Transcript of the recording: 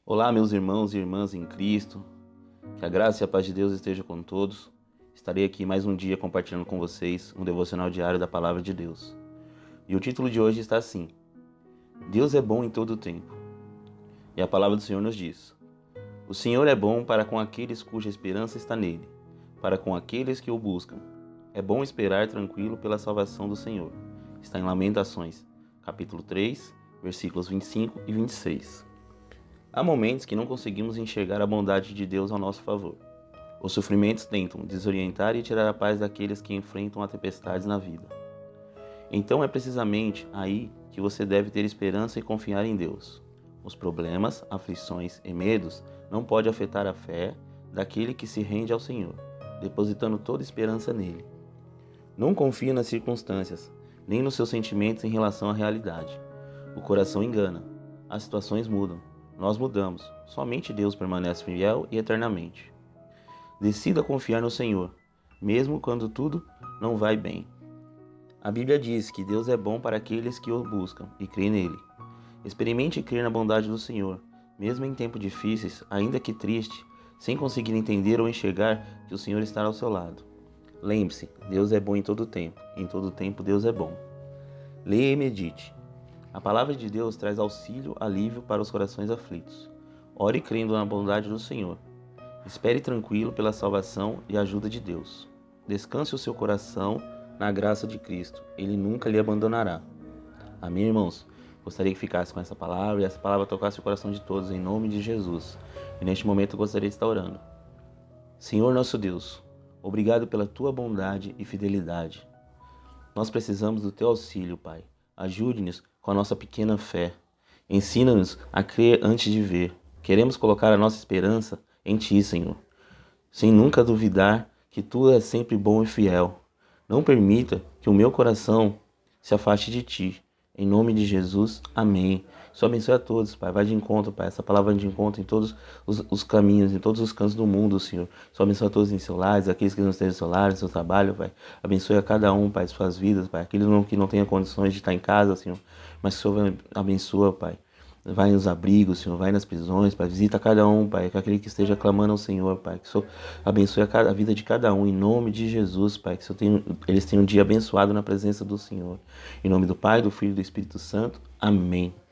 Olá, meus irmãos e irmãs em Cristo, que a graça e a paz de Deus esteja com todos. Estarei aqui mais um dia compartilhando com vocês um devocional diário da Palavra de Deus. E o título de hoje está assim: Deus é bom em todo o tempo. E a Palavra do Senhor nos diz: O Senhor é bom para com aqueles cuja esperança está nele, para com aqueles que o buscam. É bom esperar tranquilo pela salvação do Senhor. Está em Lamentações, capítulo 3, versículos 25 e 26. Há momentos que não conseguimos enxergar a bondade de Deus ao nosso favor. Os sofrimentos tentam desorientar e tirar a paz daqueles que enfrentam as tempestades na vida. Então é precisamente aí que você deve ter esperança e confiar em Deus. Os problemas, aflições e medos não podem afetar a fé daquele que se rende ao Senhor, depositando toda esperança nele. Não confie nas circunstâncias, nem nos seus sentimentos em relação à realidade. O coração engana, as situações mudam. Nós mudamos, somente Deus permanece fiel e eternamente. Decida confiar no Senhor, mesmo quando tudo não vai bem. A Bíblia diz que Deus é bom para aqueles que o buscam e creem nele. Experimente crer na bondade do Senhor, mesmo em tempos difíceis, ainda que triste, sem conseguir entender ou enxergar que o Senhor está ao seu lado. Lembre-se, Deus é bom em todo tempo, e em todo tempo Deus é bom. Leia e medite. A palavra de Deus traz auxílio, alívio para os corações aflitos. Ore crendo na bondade do Senhor. Espere tranquilo pela salvação e ajuda de Deus. Descanse o seu coração na graça de Cristo. Ele nunca lhe abandonará. Amém, irmãos? Gostaria que ficasse com essa palavra e essa palavra tocasse o coração de todos, em nome de Jesus. E neste momento eu gostaria de estar orando. Senhor nosso Deus, obrigado pela tua bondade e fidelidade. Nós precisamos do teu auxílio, Pai. Ajude-nos com a nossa pequena fé. Ensina-nos a crer antes de ver. Queremos colocar a nossa esperança em Ti, Senhor, sem nunca duvidar que Tu és sempre bom e fiel. Não permita que o meu coração se afaste de Ti. Em nome de Jesus, amém. Só abençoe a todos, Pai. Vai de encontro, Pai. Essa palavra vai de encontro em todos os caminhos, em todos os cantos do mundo, Senhor. Só abençoe a todos em seus lares, aqueles que não estejam em seu lar, em seu trabalho, Pai. Abençoe a cada um, Pai, suas vidas, Pai. Aqueles que não tenham condições de estar em casa, Senhor. Mas que o Senhor abençoa, Pai. Vai nos abrigos, Senhor, vai nas prisões, Pai, visita cada um, Pai, que aquele que esteja clamando ao Senhor, Pai, que o Senhor abençoe a vida de cada um, em nome de Jesus, Pai, que eles tenham um dia abençoado na presença do Senhor. Em nome do Pai, do Filho e do Espírito Santo, amém.